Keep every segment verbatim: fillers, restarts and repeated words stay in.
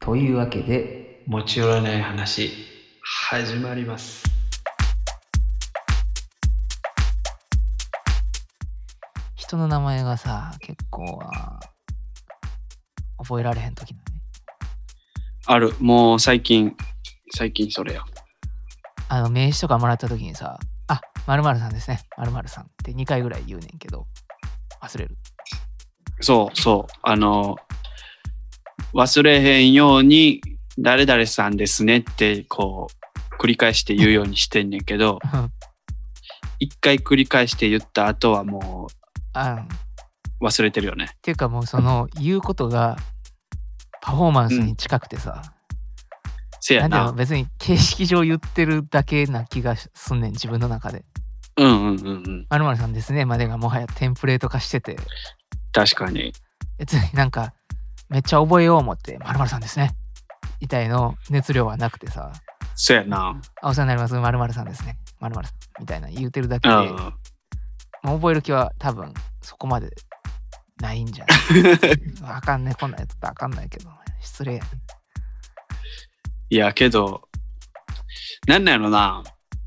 というわけで持ち寄らない話始まります。 人の名前がさ結構は覚えられへん時ない？ ある。もう最近最近それや。 あの名刺とかもらった時にさ、あ、〇〇さんですね、〇〇さんってにかいぐらい言うねんけど忘れる。 そうそう、あの忘れへんように誰々さんですねってこう繰り返して言うようにしてんねんけど一回繰り返して言った後はもあう忘れてるよね。 っていうかもうその言うことがパフォーマンスに近くてさ、うん、 せやな。 なんていうの、別に形式上言ってるだけな気がすんねん自分の中で。 うんうんうんうん。 〇〇さんですねまでがもはやテンプレート化してて。 確かに。 別になんかめっちゃ覚えよう思って〇〇さんですねみたいの熱量はなくてさ。 そうやな。 あ、お世話になります〇〇さんですね〇〇さんみたいな言うてるだけで、もう覚える気は多分そこまでないんじゃないあかんね、こんなんやっとったらあかんないけど失礼やね。 いやけどなんなんやろな、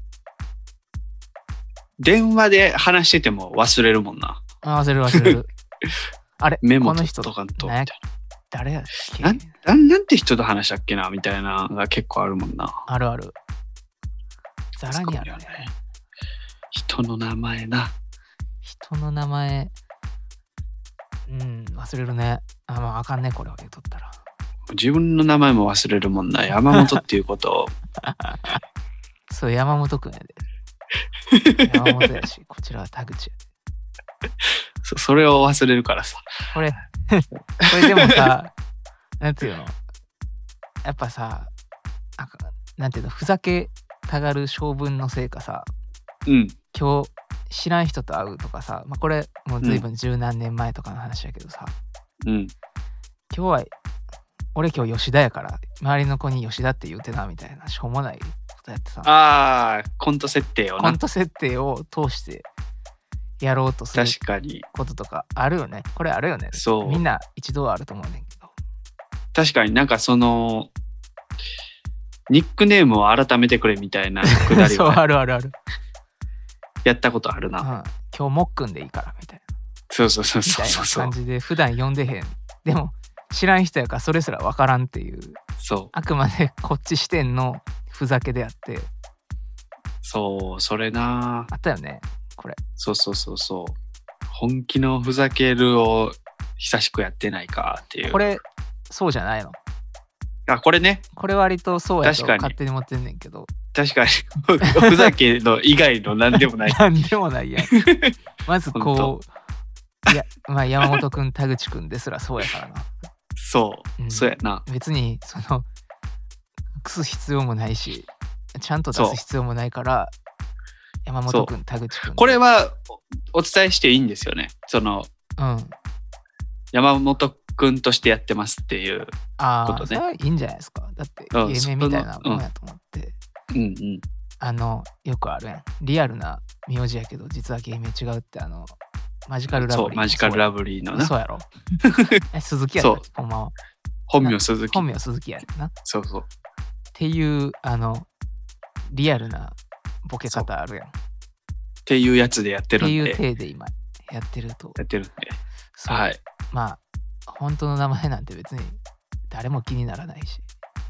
電話で話してても忘れるもんな。 あ、忘れる忘れるあれメモとかと誰やっけ、 な な, なんて人と話したっけなみたいなのが結構あるもんな。 あるある、ざらにあるね。 人の名前な。 人の名前うん忘れるね。あ、まああかんねこれは言うとったら。 自分の名前も忘れるもんな。山本っていうことをそう山本くんやで山本やしこちらは田口やでそ, それを忘れるからさこれこれでもさなんていうのやっぱさあなんていうのふざけたがる性分のせいかさ、 うん、 今日知らん人と会うとかさ、まあ、これもう随分十何年前とかの話やけどさ、 うん、 今日は俺今日吉田やから周りの子に吉田って言うてなみたいなしょうもないことやってさ、 あーコント設定をなコント設定を通してやろうとすることとかあるよね。これあるよね。そうみんな一度はあると思うねんけど、 確かになんかそのニックネームを改めてくれみたいなくだりそうあるあるあるやったことあるな、 うん、今日もっくんでいいからみたいな。 そうそうそうそうそうそうみたいな感じで普段呼んでへん、でも知らん人やからそれすら分からんっていう、 そうあくまでこっち視点のふざけであって。 そうそれなあったよねこれ。 そうそうそうそう、本気のふざけるを久しくやってないかっていう。 これそうじゃないの？ あ、これね、 これ割とそうやと勝手に思ってんねんけど、 確かにふざけの以外の何でもない何でもないやんまずこういや、まあ、山本くん田口くんですらそうやからなそう、うん、そうやな。 別にその隠す必要もないしちゃんと出す必要もないから山本くん田口くん、 これはお伝えしていいんですよね。その、うん、山本くんとしてやってますっていうことね。 ああ、それはいいんじゃないですか。だって芸名みたいなもんやと思って、 うんうんうん、 あのよくあるやん、リアルな名字やけど実は芸名違うって、あのマジカルラブリー。 そうマジカルラブリーのな。 そうやろえ鈴木やったっけほんまは。 本名鈴木。 本名鈴木やねんな。 そうそう。 っていうあのリアルなボケ方あるやん。 っていうやつでやってるんで。 っていう体で今やってると。 やってるんで。 そう、はい。まあ本当の名前なんて別に誰も気にならないし。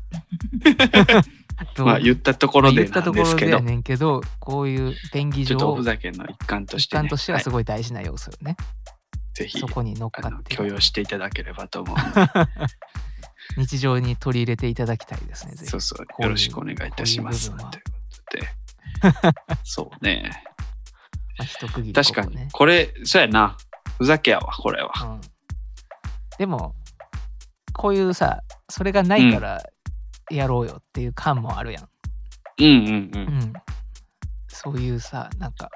まあ言ったところでなんですけど。 言ったところでやねんけど、こういう便宜上ちょっとおふざけの一環として、ね、 一環としてはすごい大事な要素よね。 ぜひそこに乗っかって許容していただければと思う。 日常に取り入れていただきたいですね。ぜひそうそう、よろしくお願いいたします。ということで、そうね。 まあ、一区切り、ね、 確かにこれそうやな、ふざけやわこれは、 うん。でもこういうさ、それがないからやろうよっていう感もあるやん。 うんうんうん。うん、 そういうさ、なんか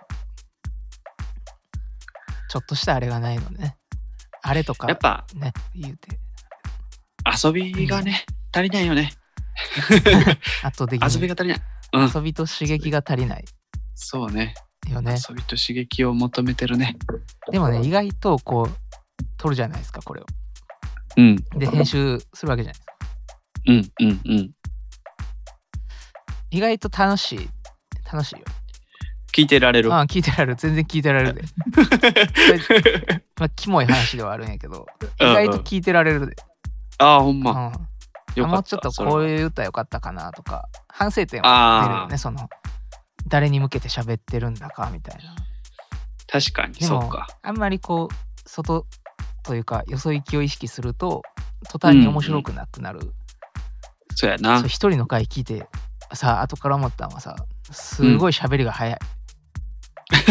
ちょっとしたあれがないのね。あれとか、ね、 やっぱね言うて遊びがね、うん、足りないよね。 圧倒的に遊びが足りない、 うん、遊びと刺激が足りない。 そうね。 よね。 遊びと刺激を求めてるね。 でもね、意外とこう撮るじゃないですかこれを。 うん。 で編集するわけじゃないですか。 うんうんうん。 意外と楽しい。楽しいよ。 聞いてられる。 ああ、聞いてられる。全然聞いてられるで。まあ、キモい話ではあるんやけど、意外と聞いてられるで。 ああ、ほんま。 うん、 よかった。 もうちょっとこういう歌よかったかなとか、反省点は出るよね。その、誰に向けて喋ってるんだかみたいな。 確かに、そうか。 あんまりこう、外というか、よそ行きを意識すると、途端に面白くなくなる。うんうん、 そうやな。 一人の回聞いて、さ、後から思ったのはさ、すごい喋りが早い。うん、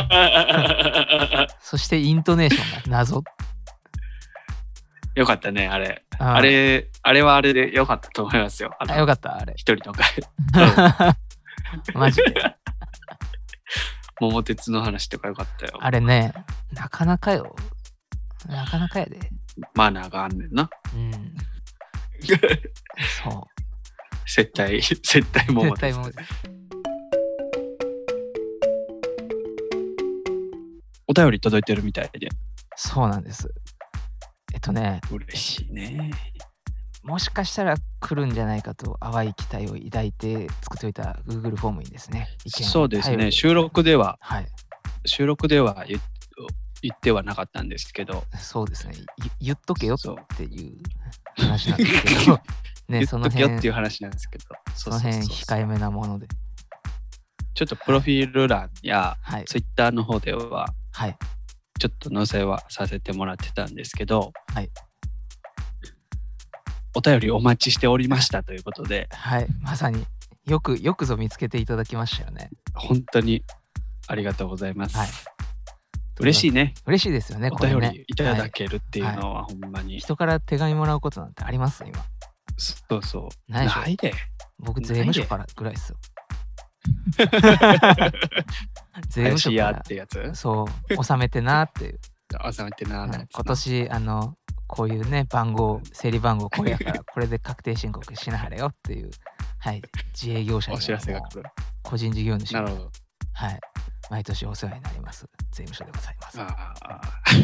そしてイントネーションが謎。 よかったね、あれ。あ, あれ、あれはあれでよかったと思いますよ。 あよかった、あれ。 一人の回。 マジで。 桃鉄の話とかよかったよ。 あれね、なかなかよ。なかなかやで。 マナーがあんねんな。 うん。そう。 接待、接待桃鉄。接待桃鉄。お便り届いてるみたいで。 そうなんです。えっとね。 嬉しいね。 もしかしたら来るんじゃないかと淡い期待を抱いて作っておいた Google フォームにですね。 そうですね。収録では、 はい、 収録では言言ってはなかったんですけど。 そうですね。言っとけよっていう話なんですけど。 ね、言っとけよっていう話なんですけど。 その辺控えめなもので。 ちょっとプロフィール欄や、 はい、 Twitter の方では、 はい、 ちょっと載せはさせてもらってたんですけど、 はい、 お便りお待ちしておりましたということで、 はい、まさによくよくぞ見つけていただきましたよね。 本当にありがとうございます。はい、嬉しいね。 嬉しいですよね。 お便りいただけるっていうのはほんまに、はい、 人から手紙もらうことなんてあります今。 そうそう。 ないでしょ。 ないで。 僕税務署からぐらいですよ。税務署からってやつそう納めてなっていう納めてなー今年あのこういうね番号整理番号これやからこれで確定申告しなはれよっていうはい自営業者のお知らせが来る個人事業主なるほどはい毎年お世話になります税務署でございます。 ああ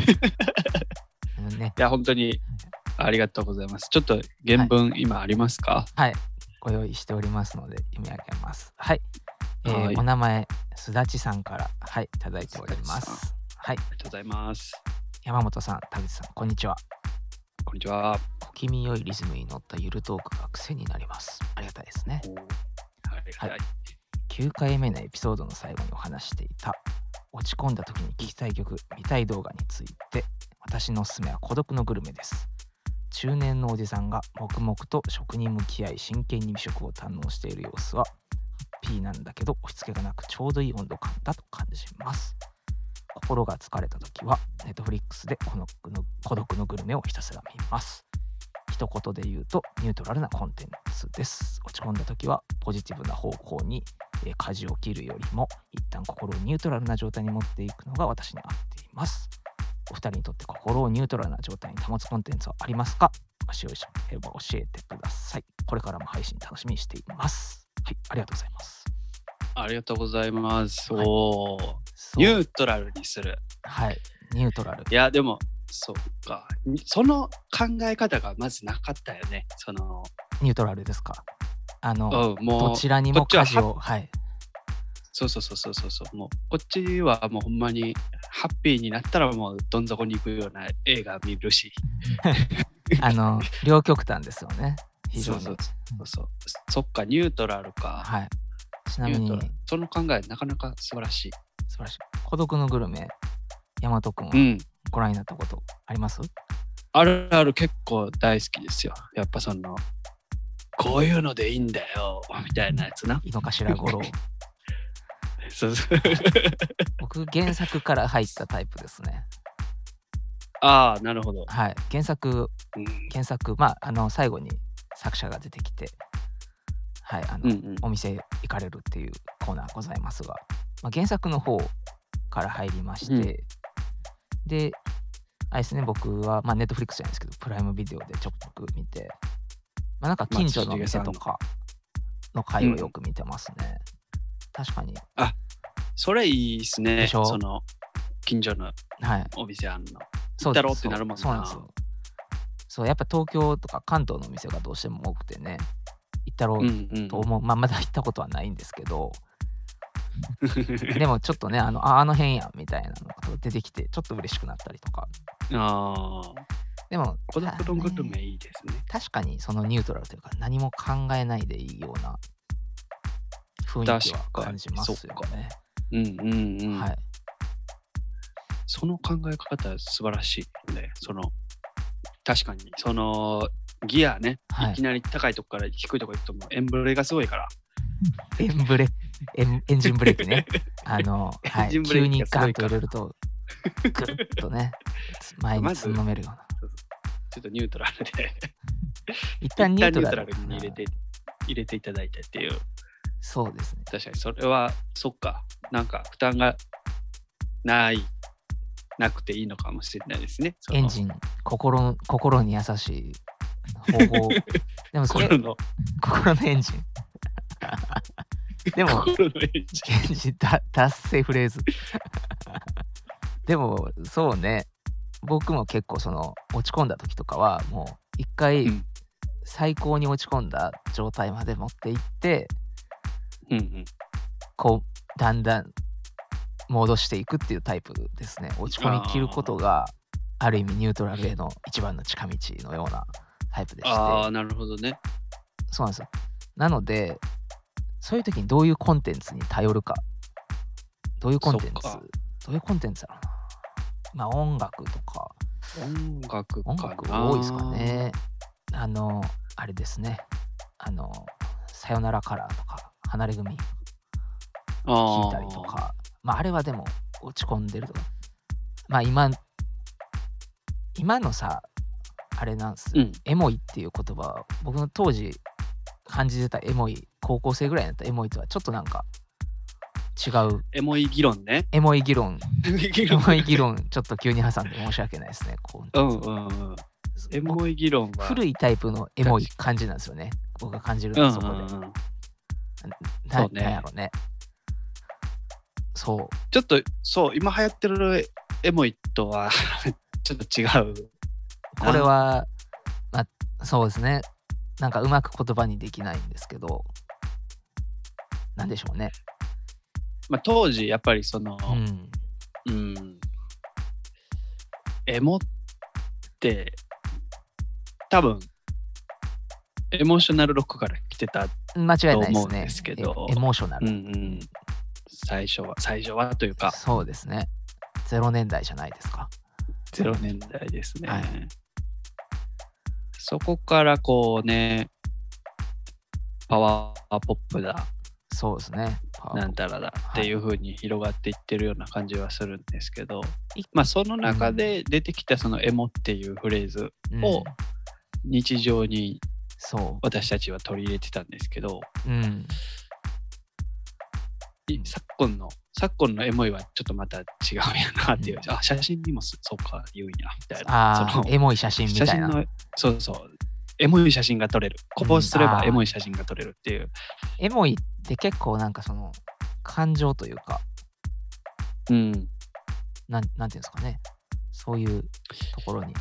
ね、 いや本当にありがとうございます。ちょっと原文、はい、今ありますか？ はいご用意しておりますので読み上げます。はい。えーはい、お名前すだちさんからはいいただいております。はい。ありがとうございます。 山本さん、田口さん、こんにちは。 こんにちは。 小気味良いリズムに乗ったゆるトークが癖になります。ありがたいですね。 はい。はい、 きゅうかいめのエピソードの最後にお話していた落ち込んだ時に聴きたい曲、見たい動画について私のおすすめは孤独のグルメです。中年のおじさんが黙々と食に向き合い真剣に美食を堪能している様子はハッピーなんだけど押し付けがなくちょうどいい温度感だと感じます。心が疲れた時はネットフリックスでこの孤独のグルメをひたすら見ます。一言で言うとニュートラルなコンテンツです。落ち込んだ時はポジティブな方向に舵を切るよりも一旦心をニュートラルな状態に持っていくのが私に合っています。お二人にとって心をニュートラルな状態に保つコンテンツはありますか？もしよろしければ教えてください。これからも配信楽しみにしています。はい、ありがとうございます。 ありがとうございます。はい、おー、ニュートラルにする。 はい、ニュートラル。 いや、でも、そうか。その考え方がまずなかったよね。そのニュートラルですか？あの、 うん、もうどちらにも舵を、はい。 そうそうそうそうそう。もうこっちはもうほんまにハッピーになったらもうどん底に行くような映画見るし。 あの両極端ですよね。非常に。 そうそうそう。そっかニュートラルか。 はい。ちなみにその考えなかなか素晴らしい。 素晴らしい。孤独のグルメ、大和くんはご覧になったことあります？うん、 あるある結構大好きですよ。やっぱそのこういうのでいいんだよみたいなやつな。 井の頭五郎。 そうそう僕原作から入ったタイプですね。 ああなるほど。 はい原作、うん、原作まああの最後に作者が出てきてはいあの、うんうん、お店行かれるっていうコーナーございますが、まあ、原作の方から入りまして、うん、であれですね僕はまあネットフリックスじゃないですけどプライムビデオでちょく見てまあなんか近所の店とかの回をよく見てますね。うん、確かに。 あそれいいですね。その近所のお店あんの。 そうだろうってなるもんな。 そうなんですよ。 そうやっぱ東京とか関東のお店がどうしても多くてね行ったろうと思う、うんうん、まあまだ行ったことはないんですけどでもちょっとねあの あ, あの辺やみたいなのが出てきてちょっと嬉しくなったりとか。 あでも孤独のグルメいいですね。 確かにそのニュートラルというか何も考えないでいいような雰囲気は感じますよね。 うんうんうん。 はい。 その考え方は素晴らしいね。その確かにそのギアね、はい、いきなり高いとこから低いとこ行くともエンブレがすごいから。 エンブレエン、エンジンブレーキね。あの、はい、急にガンと入れるとグルッとね前につんのめるような。ま、 ちょっとニュートラルで一旦ニュートラルに入れて、入れていただいてっていう。 そうですね。 確かにそれはそっかなんか負担がないなくていいのかもしれないですね。 エンジン心心に優しい方法でもそれ心の心のエンジンでも心のエンジンエンジンだ達成フレーズでもそうね僕も結構その落ち込んだ時とかはもう一回最高に落ち込んだ状態まで持っていって、 うんうん、 こうだんだん戻していくっていうタイプですね。落ち込み切ることがある意味ニュートラルへの一番の近道のようなタイプでして。 ああなるほどね。 そうなんですよ。なのでそういう時にどういうコンテンツに頼るかどういうコンテンツどういうコンテンツだろうな。まあ音楽とか音楽かな。 音楽多いですかね。あのあれですねあのさよならカラーとか離れ組聞いたりとかまああれはでも落ち込んでるとかまあ今今のさあれなんです、うん、エモいっていう言葉僕の当時感じてたエモい高校生ぐらいになったエモいとはちょっとなんか違うエモい議論ねエモい議論エモい議論ちょっと急に挟んで申し訳ないですねこう、うんうんうん、エモい議論は古いタイプのエモい感じなんですよね僕が感じるのはそこで、うんうんうん、な, そうね、 なんやろねそうちょっとそう今流行ってるエモいとはちょっと違うこれは、まあ、そうですねなんかうまく言葉にできないんですけどなんでしょうね、 まあ、当時やっぱりその、 うんうん、エモって多分エモーショナルロックから来てたと思うんですけど、 エモーショナル、 うんうん、最初は最初はというかそうですねゼロねんだいじゃないですか。 ゼロねんだいですね、 はい、 そこからこうねパワーポップだそうですねなんたらだっていう風に広がっていってるような感じはするんですけど、はい、まあその中で出てきたそのエモっていうフレーズを日常に私たちは取り入れてたんですけど、 うん、 昨今の昨今のエモいはちょっとまた違うやなっていう、うん、あ写真にもそうか言うんやみたいな、 あそのエモい写真みたいな、 写真のそうそうエモい写真が撮れるこぼすればエモい写真が撮れるっていう、 エモいって結構なんかその感情というか、 うん、 なん、なんていうんですかね、そういうところに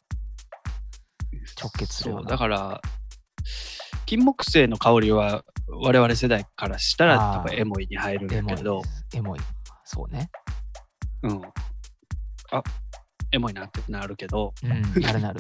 直結するような。 そうだから金木犀の香りは我々世代からしたら多分エモいに入るんだけど、 エモい、そうね、 うんあエモいなってなるけど、 うん、なるなる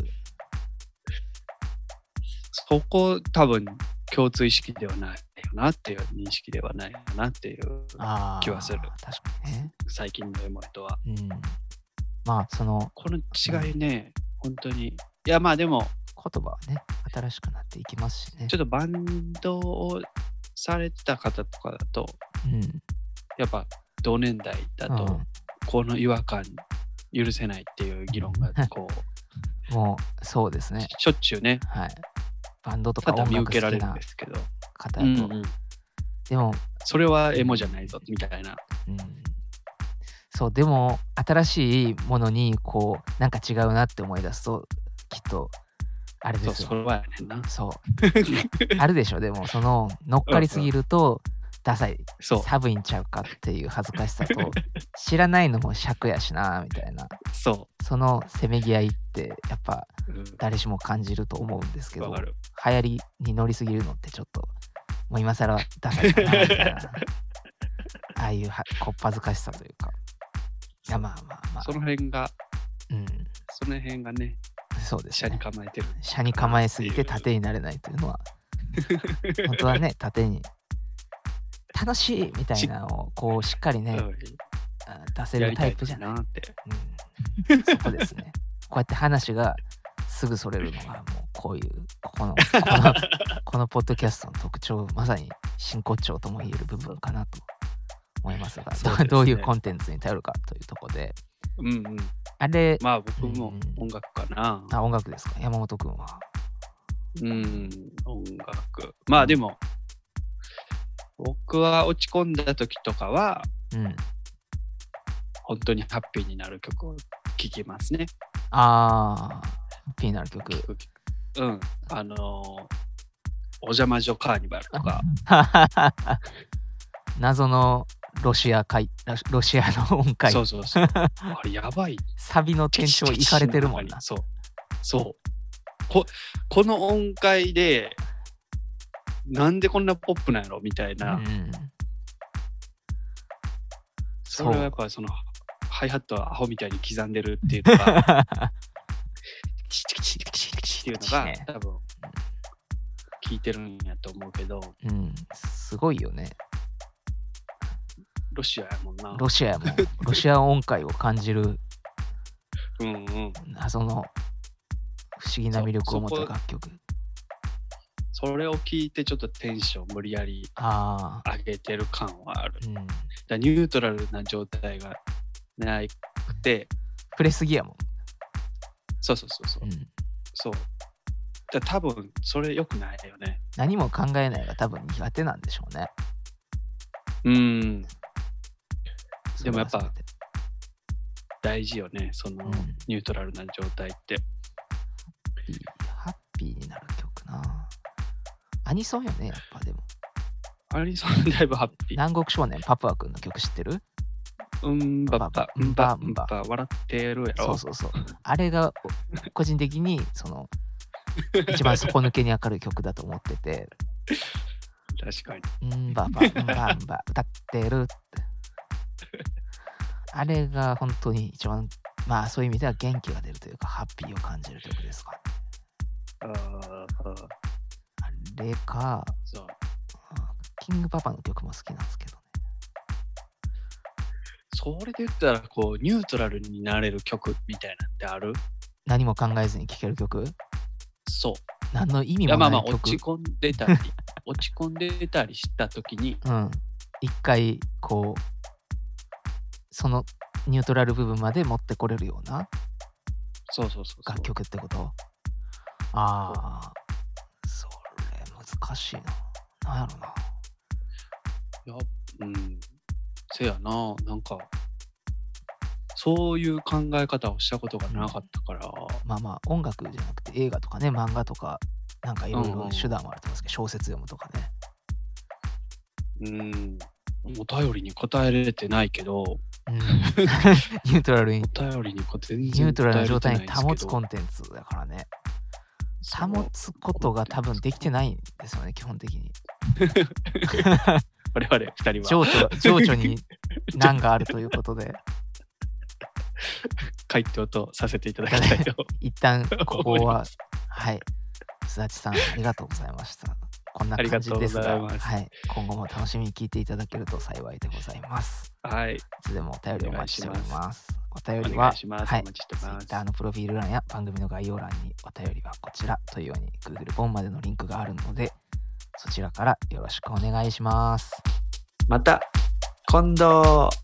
そこ多分共通意識ではないよなっていう認識ではないよなっていう気はする。 確かにね。 最近のエモいとは。 うん、まあそのこの違いね、うん、本当にいやまあでも言葉はね新しくなっていきますしね。 ちょっとバンドをされてた方とかだと、 うん、 やっぱ同年代だと、うん、この違和感許せないっていう議論がこうもうそうですね。 しょっちゅうね。 はい。バンドとか音楽好きな方だと、うんうん、でもそれはエモじゃないぞみたいな、 うん、そうでも新しいものにこうなんか違うなって思い出すときっとあれですよ。 そうそれはやねんな。 そうあるでしょ。でもその乗っかりすぎるとダサい寒いんちゃうかっていう恥ずかしさと知らないのも尺やしなみたいな、 そうそのせめぎ合いっってやっぱうん誰しも感じると思うんですけど、 わかる。 流行りに乗りすぎるのってちょっともう今更ダサいかなみたいなああいうはこっぱずかしさというか、いやまあまあまあその辺が、 うんその辺がね、 そうですね。 車に構えてる。 車に構えすぎて盾になれないというのは本当はね、盾に楽しいみたいなのをこうしっかりね、 うん出せるタイプじゃない。 やりたいなって。 うん、そこですね。こうやって話がすぐそれるのがもうこういうここのこのこのポッドキャストの特徴、まさに真骨頂とも言える部分かなと思いますが、 そうですねどういうコンテンツに頼るかというところで、 うんうん。 あれ、 まあ僕も音楽かな。 あ音楽ですか、山本君は。 うん、音楽。まあでも、僕は落ち込んだ時とかは、 うん。 本当にハッピーになる曲を聴きますね。 ああ、ハッピーになる曲。 うん。あのー、お邪魔女カーニバルとか。 謎のロシア会、ロシアの音階。 そうそうそう。あれやばい。 サビの転調いかれてるもんな。 そう。そう。こ, この音階で、なんでこんなポップなんやろみたいな。うん、それはやっぱその、ハイハットはアホみたいに刻んでるっていうのが、キチキチキチキチっていうのが、多分、聞いてるんやと思うけど。 うん、すごいよね。 ロシアやもんな。 ロシアやもん。ロシア音階を感じる、 うんうん。 謎の不思議な魅力を持った楽曲。 そ, それを聞いてちょっとテンション無理やり上げてる感はある。あ、うん、だニュートラルな状態がなくて。 触れすぎやもん。 そうそうそうそう。うん、そう。だ多分それ良くないよね。 何も考えないが多分苦手なんでしょうね。 うん。でもやっぱ大事よね、そのニュートラルな状態って。 うん、ハッピーになる曲な。アニソンよね、やっぱでも。 アニソンだいぶハッピー。 南国少年パプア君の曲知ってる？ うんばばうんばうんば笑ってるやろ。 そうそうそう。あれが個人的にその一番底抜けに明るい曲だと思ってて。 確かに。うんばばうんばうんば歌ってるって。あれが本当に一番、まあそういう意味では元気が出るというかハッピーを感じる曲ですか。 ああれかそう、キングパパの曲も好きなんですけどね。 それで言ったらこうニュートラルになれる曲みたいなってある？ 何も考えずに聴ける曲？ そう。 何の意味もない曲。いやまあまあ落ち込んでたり落ち込んでたりした時に、 うん、一回こうそのニュートラル部分まで持ってこれるようなそうそうそう楽曲ってこと？ああ、それ難しいな。なんやろな。 いや、うん、せやな、なんかそういう考え方をしたことがなかったから、うん、 まあまあ音楽じゃなくて映画とかね、漫画とかなんかいろいろ手段はあると思うんですけど、小説読むとかね。 うん、お便りに答えれてないけど、 うん、ニュートラルにお便りに全然ニュートラルな状態に保つコンテンツだからね。保つことが多分できてないんですよね、基本的に。 我々二人は情緒情緒に難があるということで回答とさせていただきたいと一旦ここははいすだちさんありがとうございました。こんな感じですが、はい、今後も楽しみに聞いていただけると幸いでございます。 はい。いつでもお便りお待ちしております。お便りは、はい、Twitter のプロフィール欄や番組の概要欄にお便りはこちらというように Google フォームまでのリンクがあるので、そちらからよろしくお願いします。 また今度。